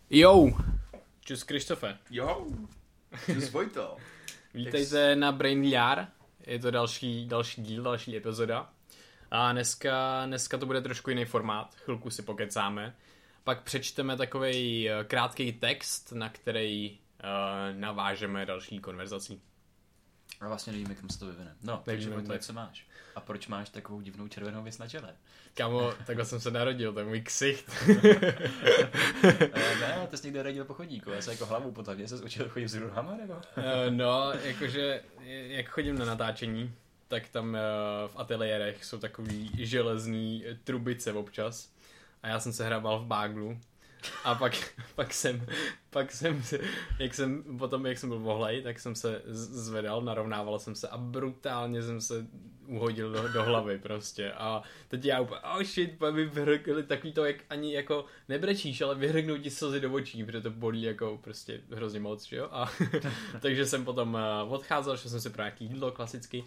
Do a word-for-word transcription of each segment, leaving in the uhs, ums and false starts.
Jo, čus Krištofe. Jo, čus Vojto. Vítejte na Brain V R, je to další, další díl, další epizoda. A dneska, dneska to bude trošku jiný formát, chvilku si pokecáme. Pak přečteme takovej krátký text, na který uh, navážeme další konverzací. A vlastně nevíme, kam se to vyvine. No, takže Vojto, co máš? A proč máš takovou divnou červenou věc na čele? Kamo, takhle jsem se narodil, to je můj ksicht. Ne, ty jsi někde radil po chodíku, já se jako hlavu potakně, jsi učil chodit s ruhama, nebo? No, jakože, jak chodím na natáčení, tak tam v ateliérech jsou takový železný trubice občas. A já jsem se hrabal v báglu. A pak, pak jsem, pak jsem, jak jsem, potom jak jsem byl vohlej, tak jsem se zvedal, narovnával jsem se a brutálně jsem se uhodil do, do hlavy prostě. A teď já úplně, oh shit, mi vyhrkli takový to, jak ani jako nebrečíš, ale vyhrknou ti slzy do očí, protože to bolí jako prostě hrozně moc, že jo? A takže jsem potom odcházel, šel jsem si pro nějaký jídlo klasicky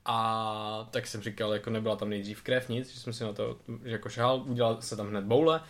a tak jsem říkal, jako nebyla tam nejdřív krev, nic, že jsem si na to jako šahal, udělal se tam hned boule.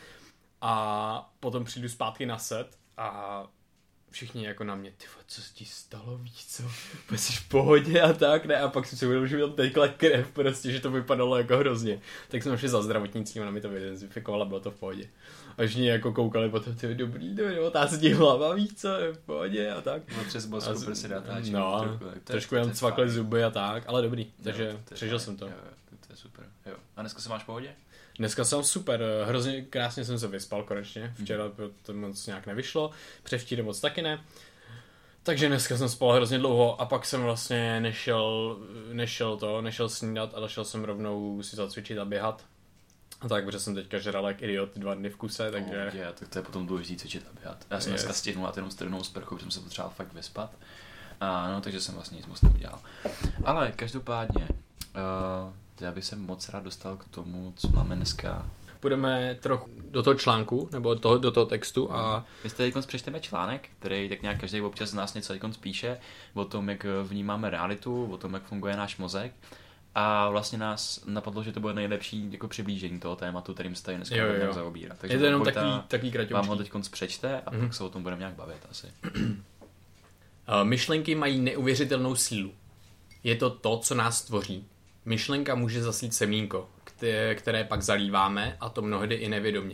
A potom přijdu zpátky na set a všichni jako na mě, tyvo, co se ti stalo, víš co, jsi v pohodě a tak, ne, a pak jsem si uvědomil, že měl teďka krev, prostě, že to vypadalo jako hrozně. Tak jsme šli za zdravotnictvím, ona mi to vydezinfikovala, bylo to v pohodě. A všichni jako koukali potom, ty dobrý, dobrý, otázky ti hlava, víš co, je v pohodě a tak. No přes bosku z... prostě natáčím. No, trošku, trošku jen cvakli zuby a tak, ale dobrý, takže jo, přežil jsem to. Jo, to, to je super, jo. A dneska se máš v pohodě? Dneska jsem super, hrozně krásně jsem se vyspal konečně, včera to moc nějak nevyšlo, převčírem moc taky ne, takže dneska jsem spal hrozně dlouho a pak jsem vlastně nešel, nešel to, nešel snídat, ale šel jsem rovnou si zacvičit a běhat. A tak, protože jsem teďka žral jak idiot dva dny v kuse, takže... Oh, yeah, tak to je potom důležitý cvičit a běhat. Já jsem yes. dneska stihnul a jenom strnou sprchou, protože jsem se potřeboval fakt vyspat. A no, takže jsem vlastně nic moc neudělal. Ale každopádně... Uh... Já bych se moc rád dostal k tomu, co máme dneska. Půjdeme trochu do toho článku, nebo do toho, do toho textu a... My teď přečteme článek, který tak nějak každý občas z nás něco píše o tom, jak vnímáme realitu, o tom, jak funguje náš mozek. A vlastně nás napadlo, že to bude nejlepší jako přiblížení toho tématu, kterým se tady dneska budeme zaobírat. Takže je to jenom takový, takový kraťoučký. Vám ho teď přečte a mm-hmm. pak se o tom budeme nějak bavit asi. Myšlenky mají neuvěřitelnou sílu. Je to to, co nás tvoří. Myšlenka může zasít semínko, které pak zalíváme, a to mnohdy i nevědomě.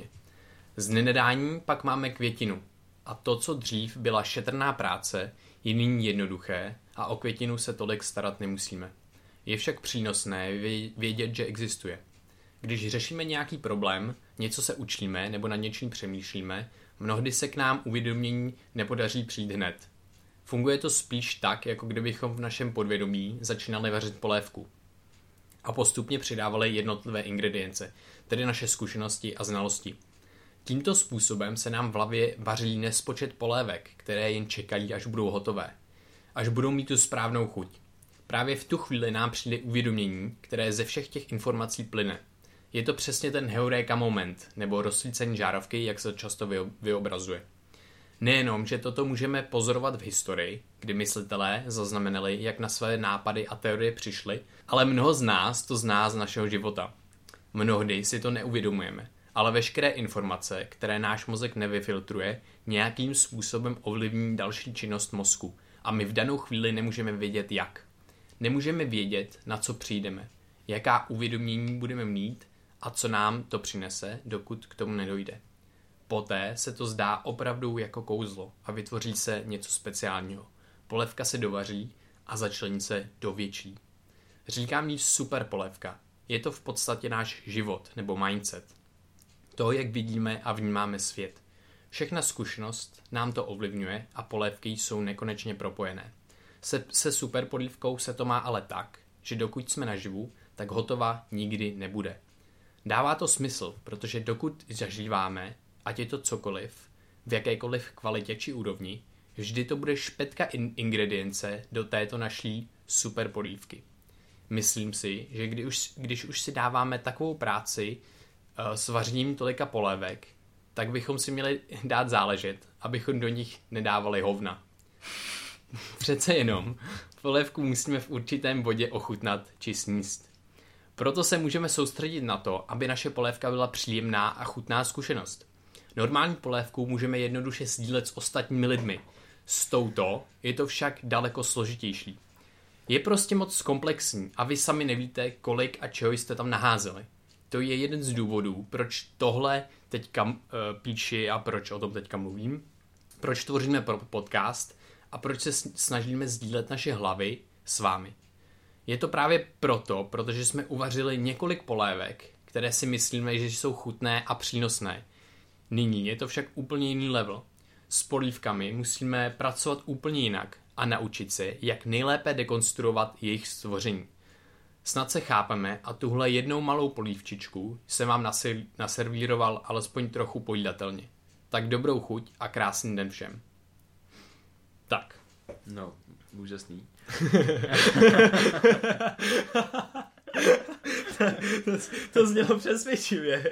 Z nenedání pak máme květinu. A to, co dřív byla šetrná práce, je nyní jednoduché a o květinu se tolik starat nemusíme. Je však přínosné vědět, že existuje. Když řešíme nějaký problém, něco se učíme nebo na něčím přemýšlíme, mnohdy se k nám uvědomění nepodaří přijít hned. Funguje to spíš tak, jako kdybychom v našem podvědomí začínali vařit polévku a postupně přidávali jednotlivé ingredience, tedy naše zkušenosti a znalosti. Tímto způsobem se nám v hlavě vaří nespočet polévek, které jen čekají, až budou hotové. Až budou mít tu správnou chuť. Právě v tu chvíli nám přijde uvědomění, které ze všech těch informací plyne. Je to přesně ten heureka moment, nebo rozsvícení žárovky, jak se často vyobrazuje. Nejenom, že toto můžeme pozorovat v historii, kdy myslitelé zaznamenali, jak na své nápady a teorie přišli, ale mnoho z nás to zná z našeho života. Mnohdy si to neuvědomujeme, ale veškeré informace, které náš mozek nevyfiltruje, nějakým způsobem ovlivní další činnost mozku a my v danou chvíli nemůžeme vědět jak. Nemůžeme vědět, na co přijdeme, jaká uvědomění budeme mít a co nám to přinese, dokud k tomu nedojde. Poté se to zdá opravdu jako kouzlo a vytvoří se něco speciálního. Polévka se dovaří a začlení se do větší. Říkám jí super polévka. Je to v podstatě náš život nebo mindset. To, jak vidíme a vnímáme svět. Všechna zkušenost nám to ovlivňuje a polévky jsou nekonečně propojené. Se, se super polívkou se to má ale tak, že dokud jsme naživu, tak hotová nikdy nebude. Dává to smysl, protože dokud zažíváme, ať je to cokoliv, v jakékoliv kvalitě či úrovni, vždy to bude špetka in- ingredience do této naší super polívky. Myslím si, že když už, když už si dáváme takovou práci uh, s vařením tolika polévek, tak bychom si měli dát záležet, abychom do nich nedávali hovna. Přece jenom polévku musíme v určitém bodě ochutnat či sníst. Proto se můžeme soustředit na to, aby naše polévka byla příjemná a chutná zkušenost. Normální polévku můžeme jednoduše sdílet s ostatními lidmi. S touto je to však daleko složitější. Je prostě moc komplexní a vy sami nevíte, kolik a čeho jste tam naházeli. To je jeden z důvodů, proč tohle teďka uh, píši a proč o tom teďka mluvím, proč tvoříme podcast a proč se snažíme sdílet naše hlavy s vámi. Je to právě proto, protože jsme uvařili několik polévek, které si myslíme, že jsou chutné a přínosné. Nyní je to však úplně jiný level. S polívkami musíme pracovat úplně jinak a naučit se, jak nejlépe dekonstruovat jejich stvoření. Snad se chápeme a tuhle jednou malou polívčičku jsem vám naservíroval alespoň trochu pojídatelně. Tak dobrou chuť a krásný den všem. Tak. No, úžasný. to, to znělo přesvědčivě.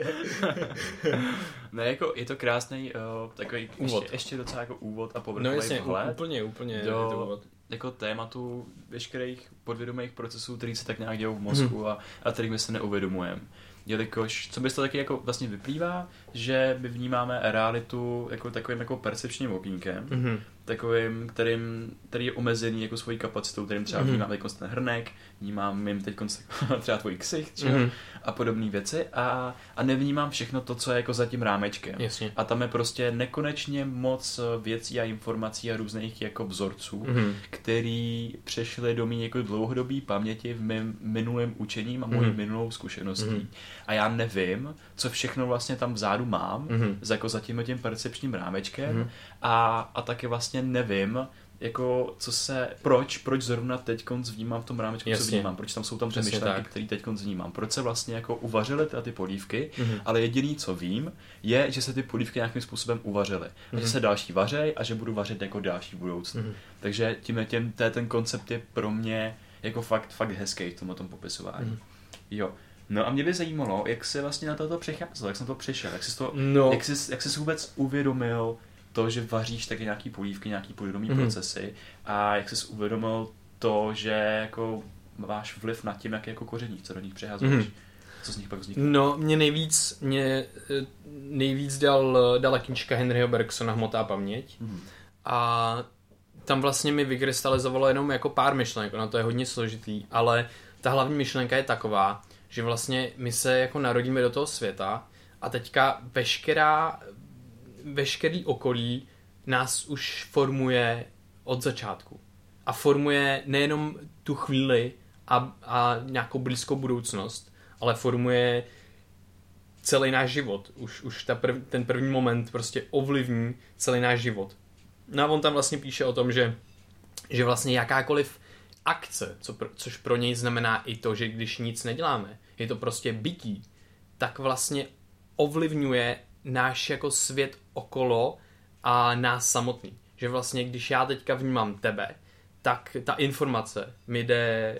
Ne, jako je to krásný uh, takový úvod. Ještě, ještě docela jako úvod a No povrchový jasně, vhled úplně, úplně do to úvod. Jako tématu veškerých podvědomých procesů, který se tak nějak dějou v mozku hmm. a, a kterými se neuvědomujeme. Jelikož, co by to taky jako vlastně vyplývá, že my vnímáme realitu jako takovým jako percepčním okýnkem, mm-hmm. takovým, kterým, který je omezený jako svojí kapacitou, kterým třeba mm-hmm. vnímám teď ten hrnek, vnímám jim teď třeba tvůj ksicht mm-hmm. a podobné věci a, a nevnímám všechno to, co je jako za tím rámečkem. Jasně. A tam je prostě nekonečně moc věcí a informací a různých jako vzorců, mm-hmm. který přešly do mý jako dlouhodobý paměti v mém minulém učení a mojí mm-hmm. minulou zkušeností. Mm-hmm. A já nevím, co všechno vlastně tam vzadu mám, mm-hmm. jako za tím tím percepčním rámečkem mm-hmm. a, a taky vlastně nevím, jako co se, proč, proč zrovna teďkonc vnímám v tom rámečku, Jasně. co vnímám, proč tam jsou tam ty myšlenky, které teďkonc vnímám, proč se vlastně jako uvařily ty, ty polívky, mm-hmm. ale jediný, co vím, je, že se ty polívky nějakým způsobem uvařily, mm-hmm. a že se další vařej a že budu vařit jako další budoucnu. Mm-hmm. Takže tím, tím ten koncept je pro mě jako fakt, fakt hezký v tom, tom popisování. Mm-hmm. Jo. No a mě by zajímalo, jak jsi vlastně na toto přicházel, jak jsem to přišel, jak jsi, to, no. jak jsi, jak jsi vůbec uvědomil to, že vaříš taky nějaký polívky, nějaký podvědomý mm-hmm. procesy a jak jsi uvědomil to, že jako máš vliv na tím, jak jako koření, co do nich přihazuješ, mm-hmm. co z nich pak vznikne. No, mě nejvíc, mě nejvíc dal, dala knížka Henryho Bergsona Hmota a paměť mm-hmm. a tam vlastně mi vykrystalizovalo jenom jako pár myšlenek, ono to je hodně složitý, ale ta hlavní myšlenka je taková, že vlastně my se jako narodíme do toho světa a teďka veškerá, veškerý okolí nás už formuje od začátku. A formuje nejenom tu chvíli a, a nějakou blízkou budoucnost, ale formuje celý náš život. Už, už ta prv, ten první moment prostě ovlivní celý náš život. No a on tam vlastně píše o tom, že, že vlastně jakákoliv akce, co pro, což pro něj znamená i to, že když nic neděláme, je to prostě bytí, tak vlastně ovlivňuje náš jako svět okolo a nás samotný. Že vlastně, když já teďka vnímám tebe, tak ta informace mi jde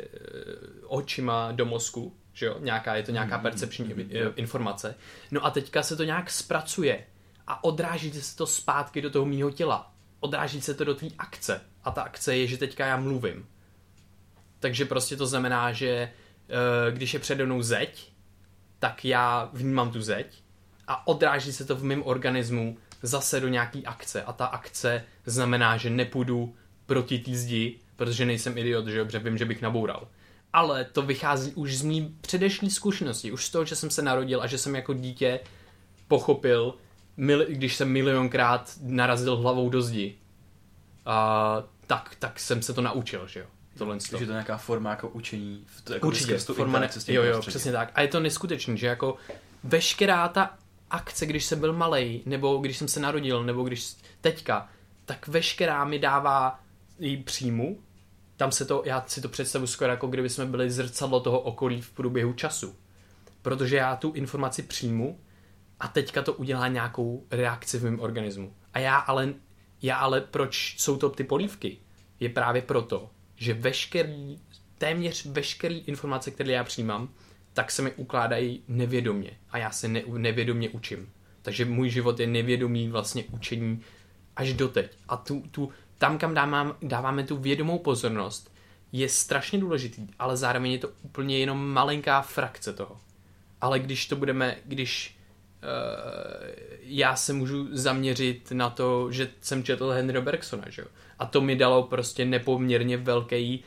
očima do mozku, že jo? Nějaká, je to nějaká percepční informace. No a teďka se to nějak zpracuje a odráží se to zpátky do toho mýho těla. Odráží se to do tvý akce. A ta akce je, že teďka já mluvím. Takže prostě to znamená, že když je přede mnou zeď, tak já vnímám tu zeď a odráží se to v mém organismu zase do nějaký akce. A ta akce znamená, že nepůjdu proti té zdi, protože nejsem idiot, že dobře vím, že bych naboural. Ale to vychází už z mý předešlý zkušenosti, už z toho, že jsem se narodil a že jsem jako dítě pochopil, když jsem milionkrát narazil hlavou do zdi, a tak, tak jsem se to naučil, že jo. Tohle Takže to je nějaká forma jako učení. V to, jako určitě, forma ne... jo, jo, přesně tak. A je to neskutečný, že jako veškerá ta akce, když jsem byl malej, nebo když jsem se narodil, nebo když teďka, tak veškerá mi dává jí příjmu. Tam se to, já si to představu skoro jako kdyby jsme byli zrcadlo toho okolí v průběhu času. Protože já tu informaci přijmu a teďka to udělá nějakou reakci v mém organismu. A já ale, já ale proč jsou to ty polívky? Je právě proto, že veškerý, téměř veškerý informace, které já přijímám, tak se mi ukládají nevědomě. A já se ne, nevědomě učím. Takže můj život je nevědomý vlastně učení až doteď. A tu, tu, tam, kam dáváme, dáváme tu vědomou pozornost, je strašně důležitý, ale zároveň je to úplně jenom malinká frakce toho. Ale když to budeme, když já se můžu zaměřit na to, že jsem četl Henryho Bergsona, že jo? A to mi dalo prostě nepoměrně velký,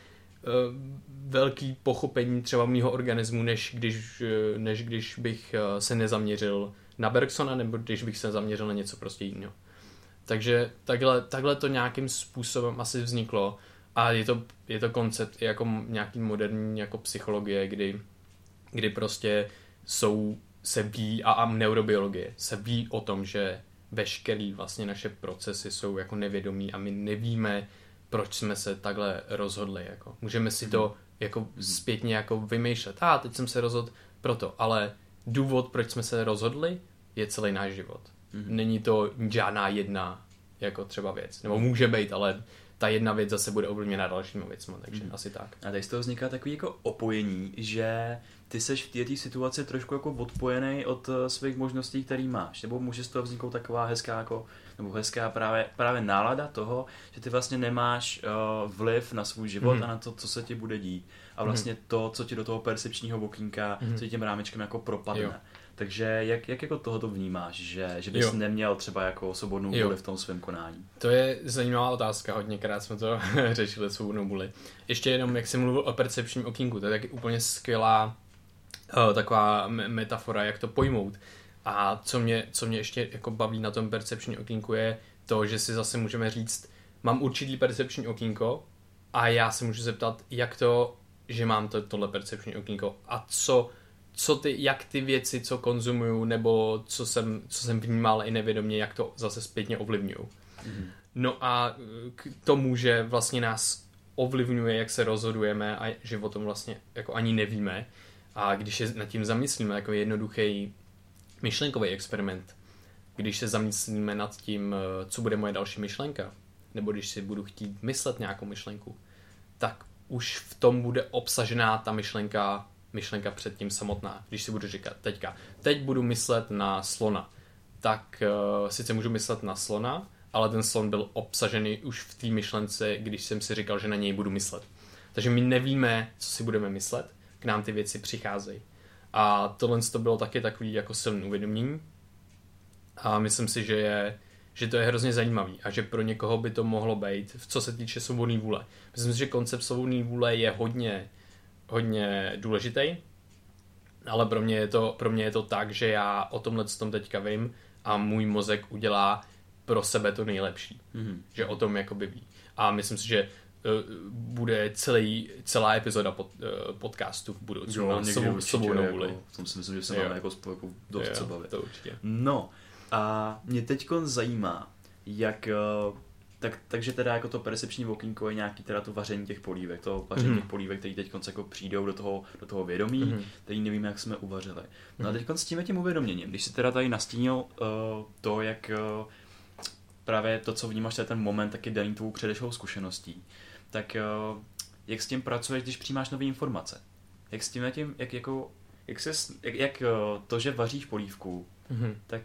velký pochopení třeba mýho organismu, než když, než když bych se nezaměřil na Bergsona, nebo když bych se zaměřil na něco prostě jiného. Takže takhle, takhle to nějakým způsobem asi vzniklo a je to, je to koncept jako nějaký moderní jako psychologie, kdy, kdy prostě jsou, se ví a, a neurobiologie se ví o tom, že veškerý vlastně naše procesy jsou jako nevědomí a my nevíme, proč jsme se takhle rozhodli. Jako. Můžeme si to jako zpětně jako vymýšlet. A ah, teď jsem se rozhodl proto, ale důvod, proč jsme se rozhodli, je celý náš život. Mm-hmm. Není to žádná jedna jako třeba věc. Nebo může být, ale ta jedna věc zase bude ovlivněna dalšíma věcma, takže mm-hmm. asi tak. A tady z toho vzniká takový jako opojení, že ty seš v této situaci trošku jako odpojený od svých možností, které máš. Nebo může z toho vzniknout taková hezká jako, nebo hezká právě, právě nálada toho, že ty vlastně nemáš uh, vliv na svůj život mm-hmm. a na to, co se ti bude dít. A vlastně mm-hmm. to, co ti do toho percepčního okýnka, mm-hmm. co ti tím rámečkem jako propadne. Jo. Takže jak, jak jako tohoto vnímáš, že, že bys jo. neměl třeba jako svobodnou vůli v tom svém konání? To je zajímavá otázka, hodněkrát jsme to řešili, svobodnou vůli. Ještě jenom, jak jsem mluvil o percepčním okýnku, to je taky úplně skvělá uh, taková metafora, jak to pojmout. A co mě, co mě ještě jako baví na tom percepčním okýnku je to, že si zase můžeme říct, mám určitý percepční okýnko a já se můžu zeptat, jak to, že mám to, tohle percepční okýnko a co co ty, jak ty věci, co konzumuju, nebo co jsem, co jsem vnímal i nevědomě, jak to zase zpětně ovlivňují. Mm. No a k tomu, že vlastně nás ovlivňuje, jak se rozhodujeme a že o tom vlastně jako ani nevíme. A když se nad tím zamyslíme, jako jednoduchý myšlenkový experiment, když se zamyslíme nad tím, co bude moje další myšlenka, nebo když si budu chtít myslet nějakou myšlenku, tak už v tom bude obsažená ta myšlenka myšlenka předtím samotná. Když si budu říkat teďka, teď budu myslet na slona, tak uh, sice můžu myslet na slona, ale ten slon byl obsažený už v té myšlence, když jsem si říkal, že na něj budu myslet. Takže my nevíme, co si budeme myslet, k nám ty věci přicházejí. A tohle to bylo taky takový jako silný uvědomění. A myslím si, že, je, že to je hrozně zajímavý a že pro někoho by to mohlo být, co se týče svobodné vůle. Myslím si, že koncept svobodné vůle je hodně hodně důležitý, ale pro mě je to, pro mě je to tak, že já o tomhle tom teďka vím a můj mozek udělá pro sebe to nejlepší. Mm-hmm. Že o tom jakoby ví. A myslím si, že uh, bude celý, celá epizoda pod, uh, podcastu v budoucnu jo, na svobodnou vůli. Jako, v tom si myslím, že se máme jako, jako dost jo, co bavit. To určitě. No a mě teďkon zajímá, jak... Uh, Tak, takže teda jako to percepční okýnko je nějaký teda to vaření těch polívek, to vaření mm-hmm. těch polívek, které teď jako přijdou do toho, do toho vědomí, mm-hmm. který nevíme, jak jsme uvařili. No a teď s tím tím uvědoměním, když si teda tady nastínil uh, to, jak uh, právě to, co vnímáš, ten moment, taky daný tvou předešlou zkušeností, tak uh, jak s tím pracuješ, když přijímáš nové informace? Jak s tím, tím jak, jako, jak, se, jak, jak uh, to, že vaříš polívku, mm-hmm. tak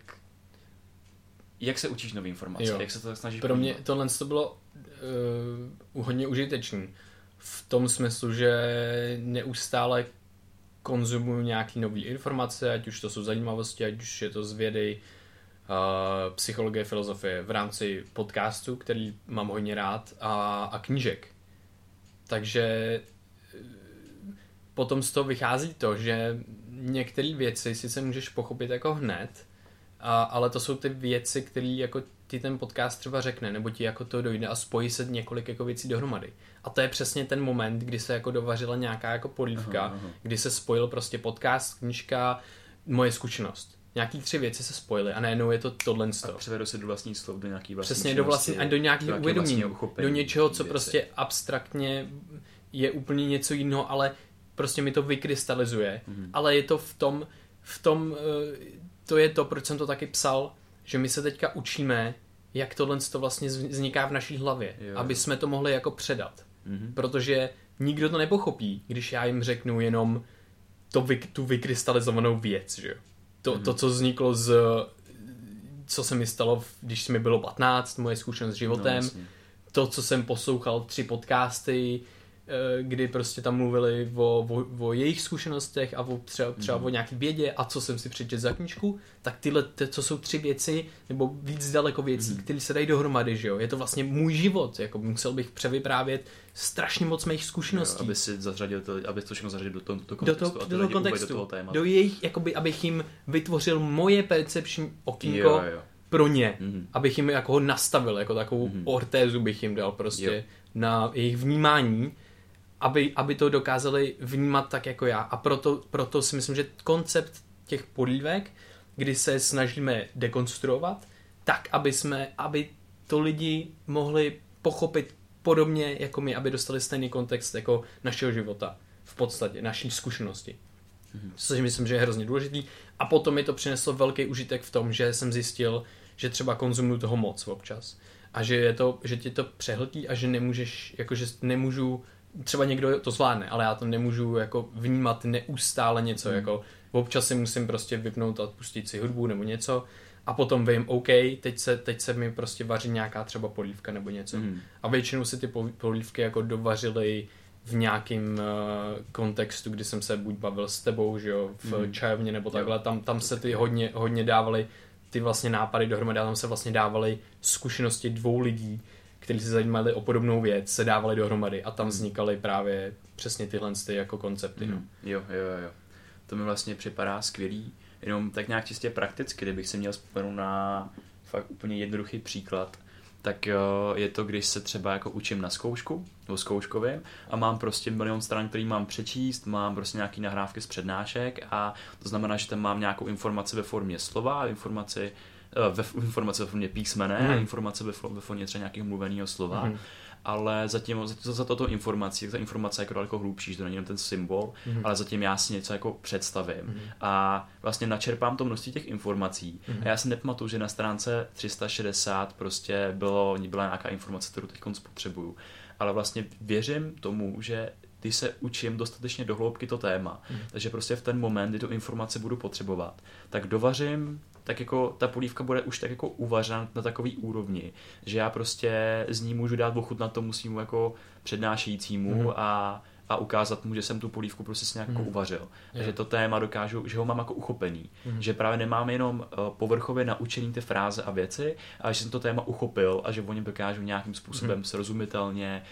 jak se učíš nové informace? Jo. Jak se to snažíš Pro mě tohle to bylo uh, hodně užitečný. V tom smyslu, že neustále konzumuju nějaké nové informace, ať už to jsou zajímavosti, ať už je to z vědy, uh, psychologie, filozofie v rámci podcastu, který mám hodně rád, a, a knížek. Takže uh, potom z toho vychází to, že některé věci sice můžeš pochopit jako hned, A, ale to jsou ty věci, které jako ti ten podcast třeba řekne, nebo ti jako to dojde a spojí se několik jako věcí dohromady. A to je přesně ten moment, kdy se jako dovařila nějaká jako polívka, aha, aha. kdy se spojil prostě podcast, knížka, moje zkušenost. Nějaký tři věci se spojily a najednou je to tohle. A převedu se do vlastních slov, do nějaký vlastní Přesně do vlastní, a do nějakého uvědomění, do něčeho, co věci. Prostě abstraktně je úplně něco jiného, ale prostě mi to vykrystalizuje. Mhm. Ale je to v tom, v tom to je to, proč jsem to taky psal, že my se teďka učíme, jak tohle to vlastně vzniká v naší hlavě, jo. aby jsme to mohli jako předat. Mm-hmm. Protože nikdo to nepochopí, když já jim řeknu jenom to vy, tu vykrystalizovanou věc, že? To, mm-hmm. to, co vzniklo z, co se mi stalo, když mi bylo patnáct, moje zkušenost s životem, no, to, co jsem poslouchal, tři podcasty, kdy prostě tam mluvili o, o, o jejich zkušenostech a o třeba, třeba mm. o nějaký vědě a co jsem si přečetl za knížku, tak tyhle, ty, co jsou tři věci, nebo víc daleko věcí, mm. které se dají dohromady, že jo. Je to vlastně můj život, jako musel bych převyprávět strašně moc mých zkušeností. Jo, aby si zařadil to, aby to všechno zařadil do toho, do kontextu. Do, to, a do toho kontextu, do toho tématu. Do jejich, jakoby, abych jim vytvořil moje percepční okýnko jo, jo. pro ně, mm. abych jim jako ho nastavil, jako takovou mm. ortézu bych jim dal prostě jo. na jejich vnímání, aby, aby to dokázali vnímat tak jako já. A proto, proto si myslím, že koncept těch polívek, kdy se snažíme dekonstruovat, tak, aby jsme, aby to lidi mohli pochopit podobně jako my, aby dostali stejný kontext jako našeho života, v podstatě, naší zkušenosti. Mm-hmm. Což si myslím, že je hrozně důležitý. A potom mi to přineslo velký užitek v tom, že jsem zjistil, že třeba konzumuju toho moc občas. A že, je to, že tě to přehltí a že nemůžeš, jakože nemůžu, třeba někdo to zvládne, ale já to nemůžu jako vnímat neustále něco, mm. jako občas si musím prostě vypnout a pustit si hudbu nebo něco a potom vím, OK, teď se, teď se mi prostě vaří nějaká třeba polívka nebo něco. Mm. A většinou si ty polívky jako dovařily v nějakém uh, kontextu, kdy jsem se buď bavil s tebou, že jo, v mm. čajovně nebo takhle, tam, tam se ty hodně, hodně dávaly ty vlastně nápady dohromady, tam se vlastně dávaly zkušenosti dvou lidí, kteří se zajímali o podobnou věc, se dávali dohromady a tam vznikaly právě přesně tyhle ty jako koncepty. Mm. No. Jo, jo, jo. To mi vlastně připadá skvělý, jenom tak nějak čistě prakticky, kdybych si měl vzpomenout na fakt úplně jednoduchý příklad, tak je to, když se třeba jako učím na zkoušku, nebo zkouškově a mám prostě milion stran, který mám přečíst, mám prostě nějaký nahrávky z přednášek a to znamená, že tam mám nějakou informaci ve formě slova, informaci ve, informace ve formě písmene mm. a informace ve, ve formě třeba nějakého mluveného slova. Mm. Ale zatím za, za toto informací, ta informace je jako daleko hlubší, že to není jen ten symbol, mm. ale zatím já si něco jako představím. Mm. A vlastně načerpám to množství těch informací. Mm. A já si nepamatuju, že na stránce tři sta šedesát prostě bylo, byla nějaká informace, kterou teď spotřebuju. Ale vlastně věřím tomu, že když se učím dostatečně do hloubky to téma, mm. takže prostě v ten moment, kdy tu informaci budu potřebovat, tak dovařím, tak jako ta polívka bude už tak jako uvařena na takový úrovni, že já prostě z ní můžu dát ochutnat tomu svýmu jako přednášejícímu mm. a, a ukázat mu, že jsem tu polívku prostě si nějak mm. jako uvařil. Yeah. Že to téma dokážu, že ho mám jako uchopený. Mm. Že právě nemám jenom povrchově naučený ty fráze a věci, ale že jsem to téma uchopil a že o něm dokážu nějakým způsobem mm. srozumitelně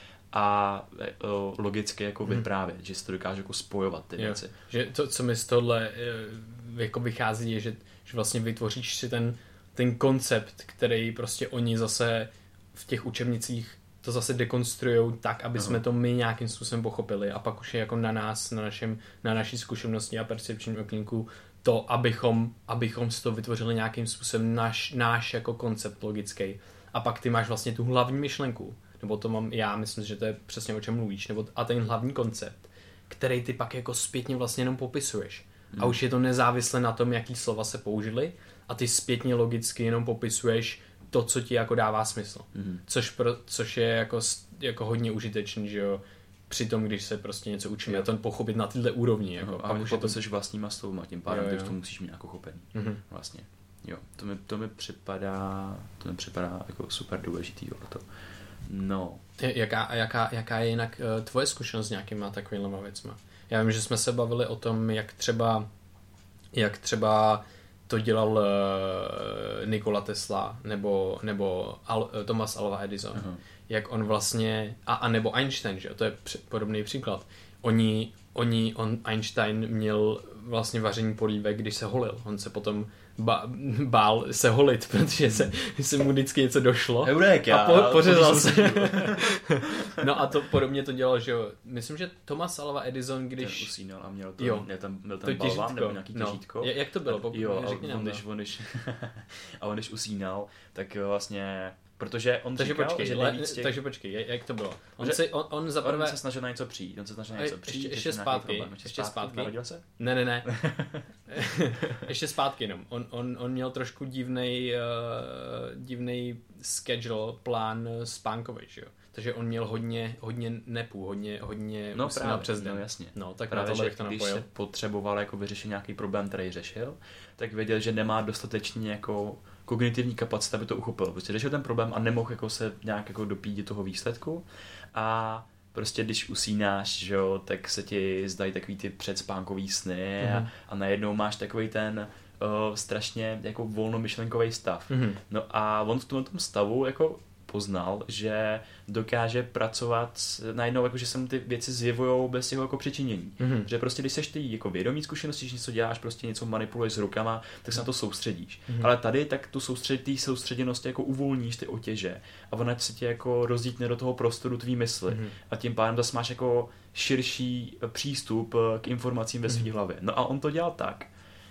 a uh, logicky jako hmm. vyprávět, že se to dokáže jako spojovat ty věci. Jo. Že to, co mi z tohle uh, jako vychází, je, že, že vlastně vytvoříš si ten, ten koncept, který prostě oni zase v těch učebnicích to zase dekonstrujou tak, aby Aha. jsme to my nějakým způsobem pochopili a pak už je jako na nás, na, našem, na naší zkušenosti a percepčním okýnku to, abychom, abychom si to vytvořili nějakým způsobem náš, náš jako koncept logický. A pak ty máš vlastně tu hlavní myšlenku, nebo to mám já, myslím, že to je přesně o čem mluvíš, nebo a ten hlavní koncept, který ty pak jako zpětně vlastně jenom popisuješ. Hmm. A už je to nezávisle na tom, jaký slova se použily a ty zpětně logicky jenom popisuješ to, co ti jako dává smysl. Hmm. Což, pro, což je jako, jako hodně užitečný, že jo, při tom, když se prostě něco učíme, a to pochopit na tyhle úrovni. Jako, no, a už to seš vlastníma slovama, tím pádem ty už to musíš mít jako chopený. Hmm. Vlastně. Jo, to mi, to mi připadá, to mi připadá jako super důležitý to. No. Jaká, jaká, jaká je jinak uh, tvoje zkušenost s nějakýma takovýma věcma? Já vím, že jsme se bavili o tom, jak třeba, jak třeba to dělal uh, Nikola Tesla nebo, nebo Al, Thomas Alva Edison. Uh-huh. Jak on vlastně, a, a nebo Einstein, že? To je při, podobný příklad. Oni, oni, on, Einstein měl vlastně vaření polívek, když se holil. On se potom ba, bál se holit, protože se, se mu vždycky něco došlo. Heurek, a po, pořezal se. No a to podobně to dělal, že jo. Myslím, že Thomas Alva Edison, když... Ten usínal a měl, to, jo, měl tam, měl tam to balván nebo nějaký těžítko. No. Jak to bylo? Pokud jo, a on, když, on, když, a on když usínal, tak vlastně... Protože on takže říkal, počkej, že nejvíc těch... Takže počkej, jak to bylo? On, že, si, on, on, zaprvé... on se snažil na něco přijít, on se snažil na něco přijít, ještě, ještě zpátky, ještě, ještě zpátky. zpátky. Narodil se? Ne, ne, ne. Ještě zpátky jenom. On, on, on měl trošku divnej, uh, divnej schedule, plán spánkový, že jo? Takže on měl hodně, hodně nepů, hodně, hodně no právě, přes den. No jasně. No, tak právě, na to že bych to když napojil. se potřeboval jako vyřešit nějaký problém, který řešil, tak věděl, že nemá dostatečně jako kognitivní kapacita, aby to uchopil. Prostě řešil ten problém a nemohl jako se nějak jako dopít do toho výsledku a prostě když usínáš, že jo, tak se ti zdají takový ty předspánkový sny mm-hmm. a, a najednou máš takový ten uh, strašně jako volnomyšlenkový stav. Mm-hmm. No a on v tomto stavu jako poznal, že dokáže pracovat najednou, jako, že se mu ty věci zjevujou bez jeho jako přičinění. Mm-hmm. Že prostě, když seš ty jako vědomí zkušenosti, že něco děláš, prostě něco manipuluješ s rukama, tak se na to soustředíš. Mm-hmm. Ale tady tak tu soustřed, ty soustředěnosti jako uvolníš ty otěže a ona se tě jako rozdítne do toho prostoru tvý mysli. Mm-hmm. A tím pádem zase máš jako širší přístup k informacím ve svý mm-hmm. hlavě. No a on to dělal tak,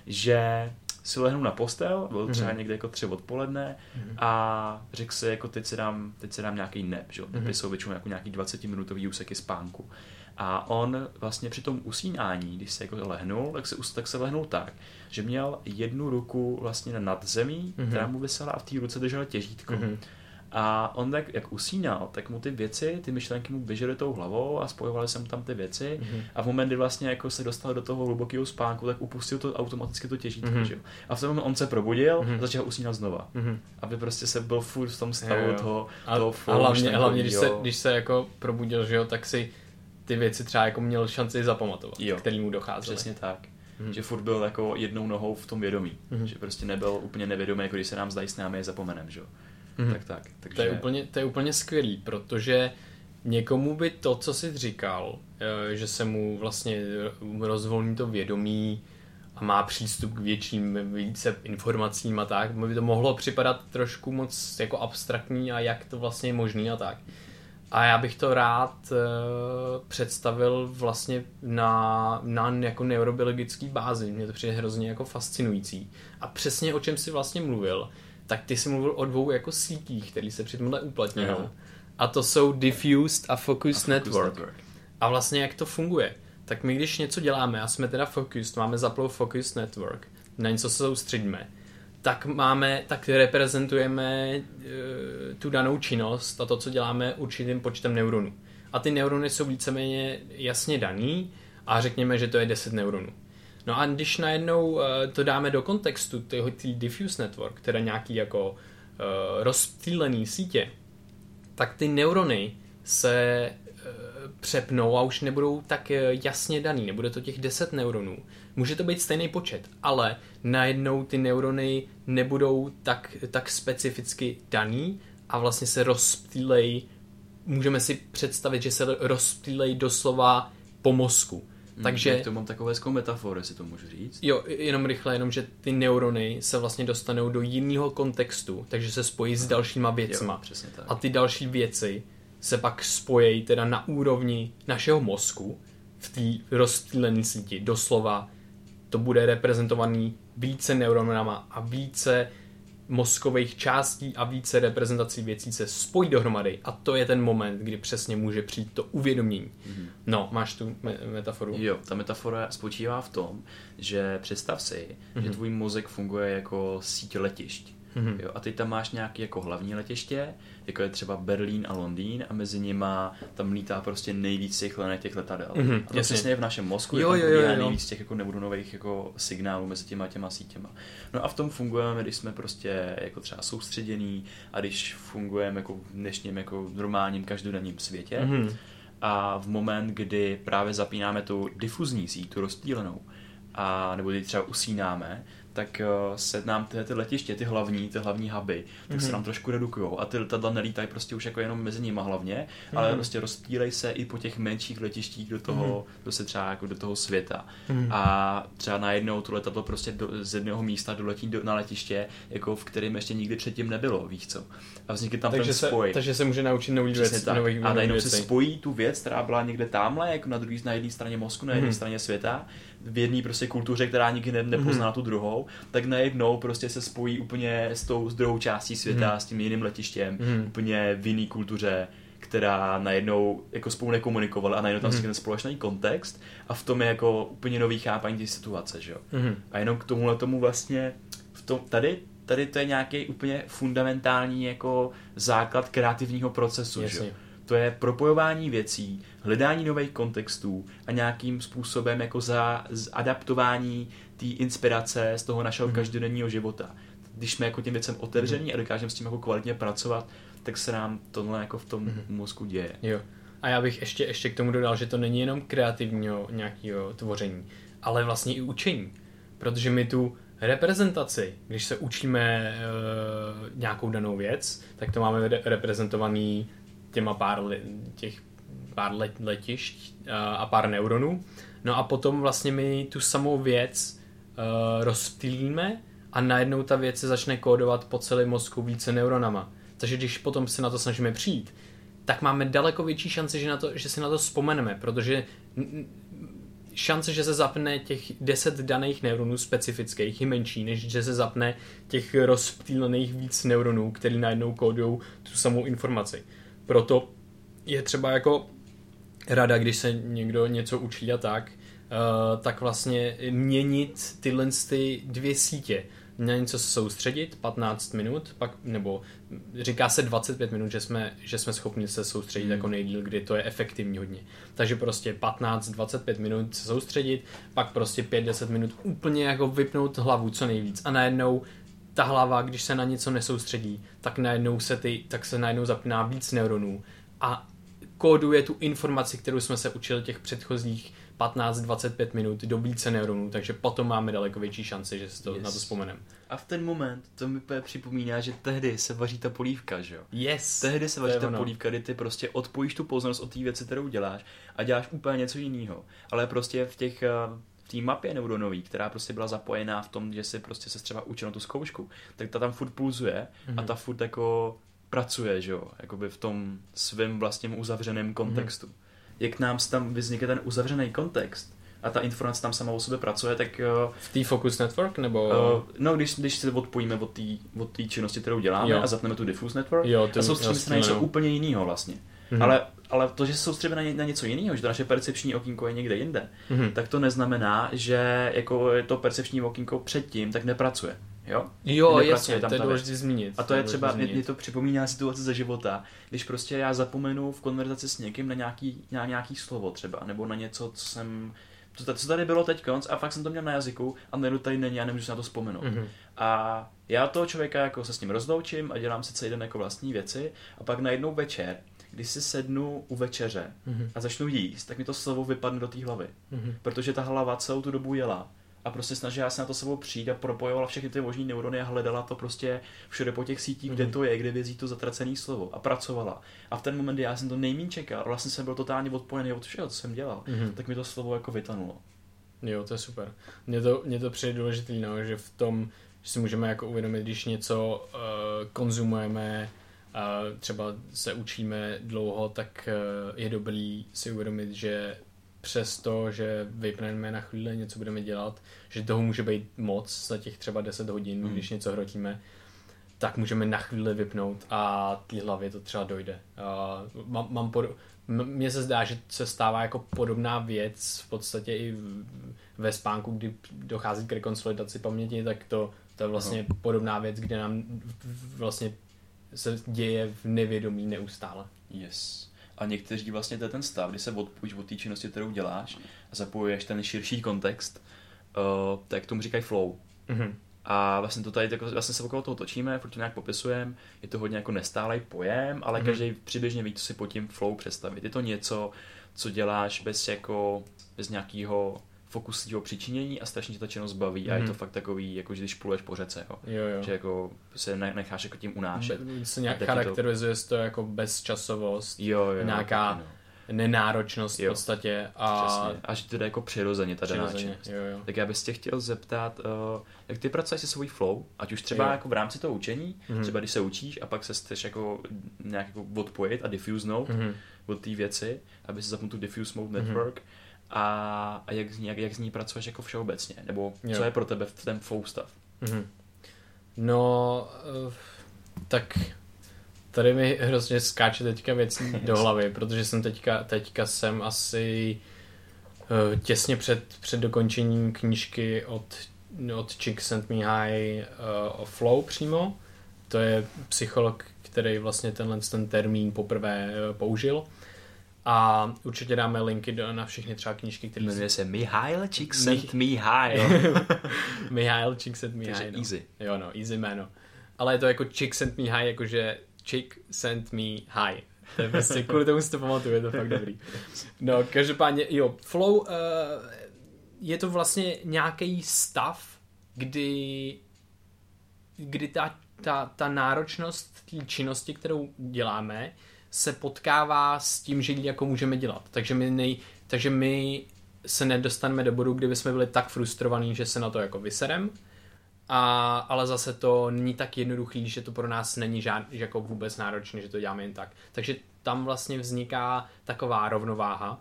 že si lehnu na postel, byl třeba mm-hmm. někde jako tři odpoledne mm-hmm. a řekl si, jako teď si dám, teď si dám nějaký nap, že? Mm-hmm. Ty jsou většinou jako nějaký dvacetiminutový úseky spánku. A on vlastně při tom usínání, když se jako lehnul, tak se, tak se lehnul tak, že měl jednu ruku vlastně nad zemí, mm-hmm. která mu visela a v té ruce držel těžítko. Mm-hmm. A on tak, jak usínal, tak mu ty věci, ty myšlenky mu běžely tou hlavou a spojovaly se mu tam ty věci mm-hmm. a v moment, kdy vlastně jako se dostal do toho hlubokého spánku, tak upustil to automaticky to těžítko, mm-hmm. že jo. A v ten moment on se probudil mm-hmm. a začal usínat znova. Mm-hmm. Aby prostě se byl furt v tom stavu jo, jo. toho, a, toho a hlavně, hlavně když, se, když se jako probudil, že jo, tak si ty věci třeba jako měl šanci zapamatovat, jo. který mu docházely. Přesně tak. Mm-hmm. Že furt byl jako jednou nohou v tom vědomí. Mm-hmm. Že prostě nebyl úplně nevědomý, jako když se nám zdají s námi je zapomenem, že jo. Mm-hmm. Tak, tak. Takže... To je úplně, to je úplně skvělý, protože někomu by to, co jsi říkal, že se mu vlastně rozvolní to vědomí a má přístup k větším, více informacím a tak, by to mohlo připadat trošku moc jako abstraktní a jak to vlastně je možný a tak. A já bych to rád uh, představil vlastně na, na jako neurobiologický bázi. Mě to přijde hrozně jako fascinující. A přesně o čem jsi vlastně mluvil, tak ty jsi mluvil o dvou jako sítích, které se při tomhle uplatňují. Uh-huh. A to jsou diffused a focused, a network. focused network. A vlastně jak to funguje? Tak my když něco děláme a jsme teda focused, máme zaplou focused network, na něco se soustředíme, tak máme, tak reprezentujeme e, tu danou činnost a to, co děláme určitým počtem neuronů. A ty neurony jsou víceméně jasně daný a řekněme, že to je deset neuronů. No a když najednou uh, to dáme do kontextu toho diffuse network, teda nějaký jako uh, rozptýlený sítě, tak ty neurony se uh, přepnou a už nebudou tak uh, jasně daný, nebude to těch deset neuronů. Může to být stejný počet, ale najednou ty neurony nebudou tak, tak specificky daný a vlastně se rozptýlej, můžeme si představit, že se rozptýlej doslova po mozku. Takže hmm, to mám takové hezkou metaforu, jestli to můžu říct. Jo, jenom rychle, jenom, že ty neurony se vlastně dostanou do jiného kontextu, takže se spojí s dalšíma věcma. Jo, přesně tak. A ty další věci se pak spojí teda na úrovni našeho mozku v té rozptýlené síti. Doslova to bude reprezentovaný více neuronama a více mozkových částí a více reprezentací věcí se spojí dohromady a to je ten moment, kdy přesně může přijít to uvědomění. Mm-hmm. No, máš tu me- metaforu? Jo, ta metafora spočívá v tom, že představ si, mm-hmm. že tvůj mozek funguje jako síť letišť. Mm-hmm. Jo, a ty tam máš nějaké jako hlavní letiště, jako je třeba Berlín a Londýn a mezi nima tam lítá prostě nejvíc těch lenek těch letadel. Mm-hmm, a to přesně je v našem mozku, jo, je tam jo, jo, jo. nejvíc těch jako neuronových jako signálů mezi těma těma sítěma. No a v tom fungujeme, když jsme prostě jako třeba soustředění a když fungujeme jako v dnešním jako normálním každodenním světě. Mm-hmm. A v moment, kdy právě zapínáme tu difuzní síť, tu rozptýlenou, a nebo když třeba usínáme, tak se nám ty, ty letiště, ty hlavní, ty hlavní huby, tak mm-hmm. se nám trošku redukujou a ty letadla nelítají prostě už jako jenom mezi nimi hlavně, mm-hmm. ale prostě rozptýlej se i po těch menších letištích do toho, mm-hmm. prostě třeba jako do toho světa. Mm-hmm. A třeba najednou to letadlo prostě do, z jednoho místa doletí do, na letiště, jako v kterém ještě nikdy předtím nebylo, víš co. A vznikne tam takže ten spoj. Se, takže se může naučit nový věc. A najednou se spojí tu věc, která byla někde tamhle, jako na druhé, na jedné straně mozku, na jedné mm-hmm. straně světa, v jedné prostě kultuře, která nikdy ne, nepozná mm-hmm. tu druhou, tak najednou prostě se spojí úplně s tou s druhou částí světa, mm-hmm. s tím jiným letištěm, mm-hmm. úplně v jiný kultuře, která najednou jako spolu nekomunikovala a najednou tam mm-hmm. ten společný kontext a v tom je jako úplně nový chápání té situace, že jo. Mm-hmm. A jenom k tomuhle tomu vlastně v tom, tady tady to je nějaký úplně fundamentální jako základ kreativního procesu, že jo. To je propojování věcí, hledání nových kontextů a nějakým způsobem jako za adaptování té inspirace z toho našeho mm. každodenního života. Když jsme jako těm věcem otevření mm. a dokážeme s tím jako kvalitně pracovat, tak se nám tohle jako v tom mm. mozku děje. Jo. A já bych ještě, ještě k tomu dodal, že to není jenom kreativního nějakého tvoření, ale vlastně i učení. Protože my tu reprezentaci, když se učíme e, nějakou danou věc, tak to máme re- reprezentovaný těma pár, le, těch pár let, letišť a, a pár neuronů. No a potom vlastně my tu samou věc e, rozptýlíme a najednou ta věc se začne kódovat po celém mozku více neuronama. Takže když potom se na to snažíme přijít, tak máme daleko větší šanci, že, na to, že si na to vzpomeneme, protože šance, že se zapne těch deset daných neuronů specifických je menší, než že se zapne těch rozptýlených víc neuronů, který najednou kódujou tu samou informaci. Proto je třeba jako rada, když se někdo něco učí a tak, uh, tak vlastně měnit tyhle ty dvě sítě. Na něco se soustředit, patnáct minut, pak, nebo říká se dvacet pět minut, že jsme, že jsme schopni se soustředit hmm. jako nejdýl, kdy to je efektivní hodně. Takže prostě patnáct dvacet pět minut se soustředit, pak prostě pět deset minut úplně jako vypnout hlavu co nejvíc a najednou ta hlava, když se na něco nesoustředí, tak najednou se, ty, tak se najednou zapíná víc neuronů a kóduje tu informaci, kterou jsme se učili těch předchozích patnáct dvacet pět minut do více neuronů, takže potom máme daleko větší šanci, že si to, yes. na to vzpomeneme. A v ten moment to mi připomíná, že tehdy se vaří ta polívka, že jo? Yes. Tehdy se vaří ta ono. polívka, kdy ty prostě odpojíš tu pozornost od té věci, kterou děláš a děláš úplně něco jiného. Ale prostě v těch v té mapě neuronový, která prostě byla zapojená v tom, že si prostě se třeba učil na tu zkoušku, tak ta tam furt pulzuje mm-hmm. a ta furt jako pracuje, že jo? Jakoby v tom svém vlastním uzavřeném kontextu. Mm-hmm. Jak nám tam vznikne ten uzavřený kontext a ta informace tam sama o sobě pracuje, tak... Uh, v té focus network, nebo... Uh, no, když, když se odpojíme od té od té činnosti, kterou děláme jo. a zapneme tu diffuse network jo, a soustředíme se na něco úplně jiného vlastně. Mm-hmm. Ale, ale to, že se soustředíme na, na něco jiného, že to naše percepční okýnko je někde jinde, mm-hmm. tak to neznamená, že jako to percepční okýnko předtím tak nepracuje. Jo, jo jasně, tam to je důležité zmínit. A to je třeba, mě, mě to připomíná situace ze života, když prostě já zapomenu v konverzaci s někým na nějaký, na nějaký slovo třeba, nebo na něco, co jsem, co, co tady bylo teď konc a fakt jsem to měl na jazyku a najednou tady není a nemůžu se na to vzpomenout. Mm-hmm. A já toho člověka jako se s ním rozloučím a dělám si celý den jako vlastní věci a pak najednou večer, když si sednu u večeře mm-hmm. a začnu jíst, tak mi to slovo vypadne do té hlavy, mm-hmm. protože ta hlava celou tu dobu jela. A prostě snažila se na to sebou přijít a propojovala všechny ty možný neurony a hledala to prostě všude po těch sítích, mm-hmm. kde to je, kde vězí to zatracené slovo a pracovala. A v ten moment, kdy já jsem to nejmín čekal, vlastně jsem byl totálně odpojený od všeho, co jsem dělal, mm-hmm. tak mi to slovo jako vytanulo. Jo, to je super. Mně to, mně to přijde důležitý, no, že v tom, že si můžeme jako uvědomit, když něco uh, konzumujeme, uh, třeba se učíme dlouho, tak uh, je dobrý si uvědomit, že přesto, že vypneme na chvíli, něco budeme dělat, že toho může být moc za těch třeba deset hodin, mm. když něco hrotíme, tak můžeme na chvíli vypnout a té hlavě to třeba dojde. Uh, mám, mám pod... Mně se zdá, že se stává jako podobná věc v podstatě i ve spánku, kdy dochází k rekonsolidaci paměti, tak to, to je vlastně Aha. podobná věc, kde nám vlastně se děje v nevědomí neustále. Yes. A někteří vlastně to je ten stav, kdy se odpojíš od té činnosti, kterou děláš a zapojuješ ten širší kontext, uh, tak tomu říkají flow. Mm-hmm. A vlastně to tady jako, vlastně se okolo toho točíme, furt to nějak popisujeme, je to hodně jako nestálej pojem, ale mm-hmm. každý přibližně ví, co si pod tím flow představit. Je to něco, co děláš bez jako, bez nějakého fokusního přičinění a strašně tě ta činnost baví mm-hmm. a je to fakt takový, jako když pluješ po řece, jo. Jo, jo. Že jako se necháš jako tím unášet. Be, se nějak charakterizuje to... to jako bezčasovost, jo, jo, nějaká no. nenáročnost v podstatě. A... Přesně. A že to jde jako přirozeně, ta daná činnost. Jo, jo. Tak já bych tě chtěl zeptat, uh, jak ty pracuješ se svůj flow, ať už třeba jo. jako v rámci toho učení, mm-hmm. třeba když se učíš a pak se chceš jako nějak jako odpojit a diffusenout mm-hmm. od té věci, aby se zapnul tu diffuse mode network, mm-hmm. A, a jak, z ní, jak, jak z ní pracuješ jako všeobecně? Nebo jo. co je pro tebe ten flow stav? Mm-hmm. No, uh, tak tady mi hrozně skáče teďka věcí do hlavy, protože jsem teďka, teďka jsem asi uh, těsně před, před dokončením knížky od, od Csikszentmihalyi uh, o flow přímo. To je psycholog, který vlastně tenhle ten termín poprvé uh, použil. A určitě dáme linky do, na všechny třeba knížky, které... Jmenuje se Mihail Csikszentmihalyi. Mihail Csikszentmihalyi. No. Easy. Jo no, easy jméno. Ale je to jako Csikszentmihalyi, jakože Csikszentmihalyi. To je prostě, kvůli tomu si to pamatuju, je to fakt dobrý. No, každopádně, jo, flow uh, je to vlastně nějaký stav, kdy, kdy ta, ta, ta náročnost té činnosti, kterou děláme, se potkává s tím, že ji jako můžeme dělat. Takže my, nej, takže my se nedostaneme do bodu, kdyby jsme byli tak frustrovaní, že se na to jako vyserem, a, ale zase to není tak jednoduchý, že to pro nás není žád, jako vůbec náročné, že to děláme jen tak. Takže tam vlastně vzniká taková rovnováha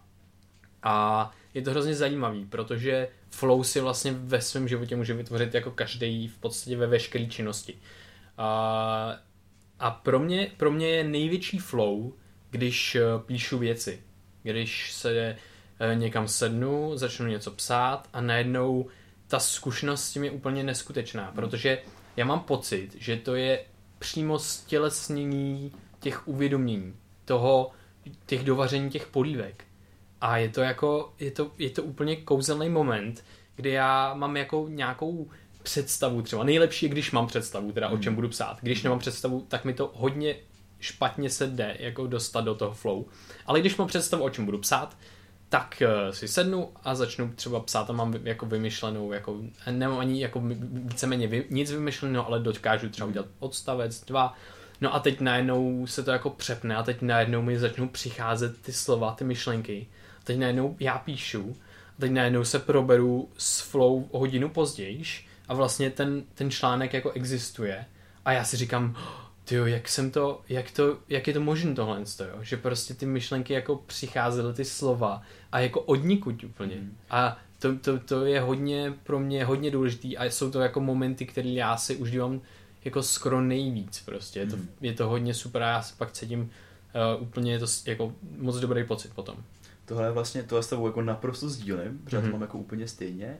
a je to hrozně zajímavý, protože flow si vlastně ve svém životě může vytvořit jako každý v podstatě ve veškeré činnosti. A, a pro mě, pro mě je největší flow, když píšu věci, když se někam sednu, začnu něco psát a najednou ta zkušenost s tím je úplně neskutečná, protože já mám pocit, že to je přímo stělesnění těch uvědomění, toho, těch dovaření těch polívek. A je to jako, je to, je to úplně kouzelný moment, kdy já mám jako nějakou představu, třeba nejlepší je, když mám představu, teda o čem budu psát. Když nemám představu, tak mi to hodně špatně se jde jako dostat do toho flow. Ale když mám představu, o čem budu psát, tak si sednu a začnu třeba psát a mám jako vymyšlenou, jako, nemám ani jako víceméně vy, nic vymyšleného, ale dokážu třeba udělat odstavec, dva. No a teď najednou se to jako přepne a teď najednou mi začnou přicházet ty slova, ty myšlenky. A teď najednou já píšu a teď najednou se proberu s flow o hodinu pozdějiš a vlastně ten, ten článek jako existuje a já si říkám, tyjo, jak jsem to, jak to, jak je to možné tohle, jo? Že prostě ty myšlenky jako přicházely, ty slova a jako odnikud úplně. Mm. A to, to, to je hodně, pro mě hodně důležitý a jsou to jako momenty, které já si užívám jako skoro nejvíc prostě. Je to, mm. je to hodně super a já se pak cítím uh, úplně, je to jako moc dobrý pocit potom. Tohle vlastně, tohle s tebou jako naprosto sdílím, protože mm. to mám jako úplně stejně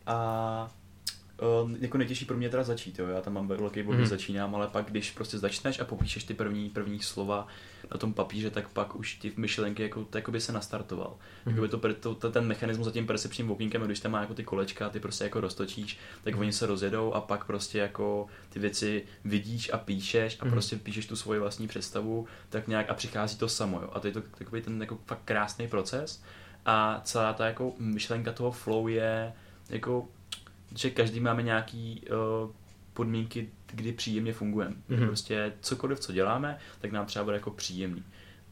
a Uh, jako nejtěžší pro mě teda začít, jo. Já tam mám velký bod, mm. začínám, ale pak když prostě začneš a popíšeš ty první, první slova na tom papíře, tak pak už ty myšlenky jako, to jako by se nastartoval. Mm. Jakoby to, to, to, ten mechanismus za tím percepčním okýnkem, když tam má jako ty kolečka, ty prostě jako roztočíš, tak mm. oni se rozjedou a pak prostě jako ty věci vidíš a píšeš a mm. prostě píšeš tu svoji vlastní představu, tak nějak a přichází to samo, jo. A to je to takový ten jako fakt krásný proces a celá ta jako myšlenka toho flow je jako že každý máme nějaký uh, podmínky, kdy příjemně fungujeme. Mm-hmm. Prostě cokoliv, co děláme, tak nám třeba bude jako příjemný.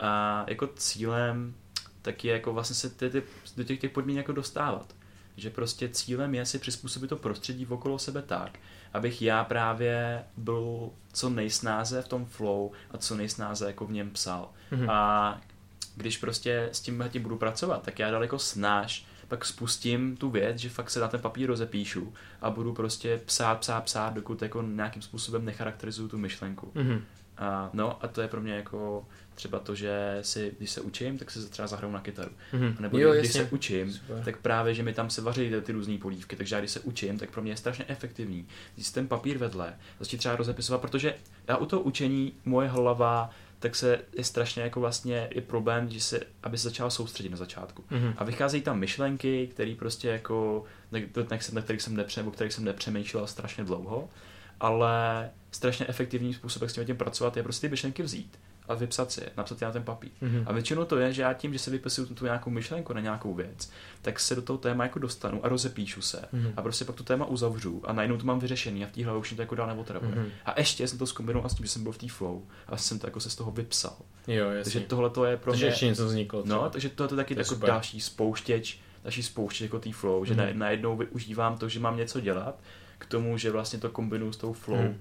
A jako cílem tak je jako vlastně se ty, ty, do těch, těch podmínek jako dostávat. Že prostě cílem je si přizpůsobit to prostředí okolo sebe tak, abych já právě byl co nejsnáze v tom flow a co nejsnáze jako v něm psal. Mm-hmm. A když prostě s tím tím budu pracovat, tak já daleko snáš pak spustím tu věc, že fakt se na ten papír rozepíšu a budu prostě psát, psát, psát, dokud jako nějakým způsobem necharakterizuju tu myšlenku. Mm-hmm. A, no a to je pro mě jako třeba to, že si, když se učím, tak se třeba zahraju na kytaru. Mm-hmm. Nebo jo, když jasně. se učím, super. Tak právě, že mi tam se vaří ty, ty různý polívky, takže já když se učím, tak pro mě je strašně efektivní. Když si ten papír vedle, začít třeba rozepisovat, protože já u toho učení moje hlava tak se je strašně jako vlastně je problém, že se, aby se začal soustředit na začátku. Mm-hmm. A vycházejí tam myšlenky, které prostě jako, na, na kterých jsem nepře, o kterých jsem nepřemýšlel strašně dlouho, ale strašně efektivní způsob, jak s tím, tím pracovat, je prostě ty myšlenky vzít a vypsat si je, napsat je na ten papír. Mm-hmm. A většinou to je, že já tím, že se vypisuju tu nějakou myšlenku na nějakou věc, tak se do toho téma jako dostanu a rozepíšu se. Mm-hmm. A prostě pak tu téma uzavřu a najednou to mám vyřešený a v té hlavě už to jako dál neotravuje. Mm-hmm. A ještě jsem to zkombinoval s tím, že jsem byl v té flow a jsem to jako se z toho vypsal. Jo, jasně. Takže tohle to je pro takže mě... ještě něco vzniklo. Třeba. No, takže tohle to je taky to jako další spouštěč, další spouštěč jako té flow, mm-hmm. že najednou využívám to, že mám něco dělat, k tomu, že vlastně to kombinuju s tou flow. Mm.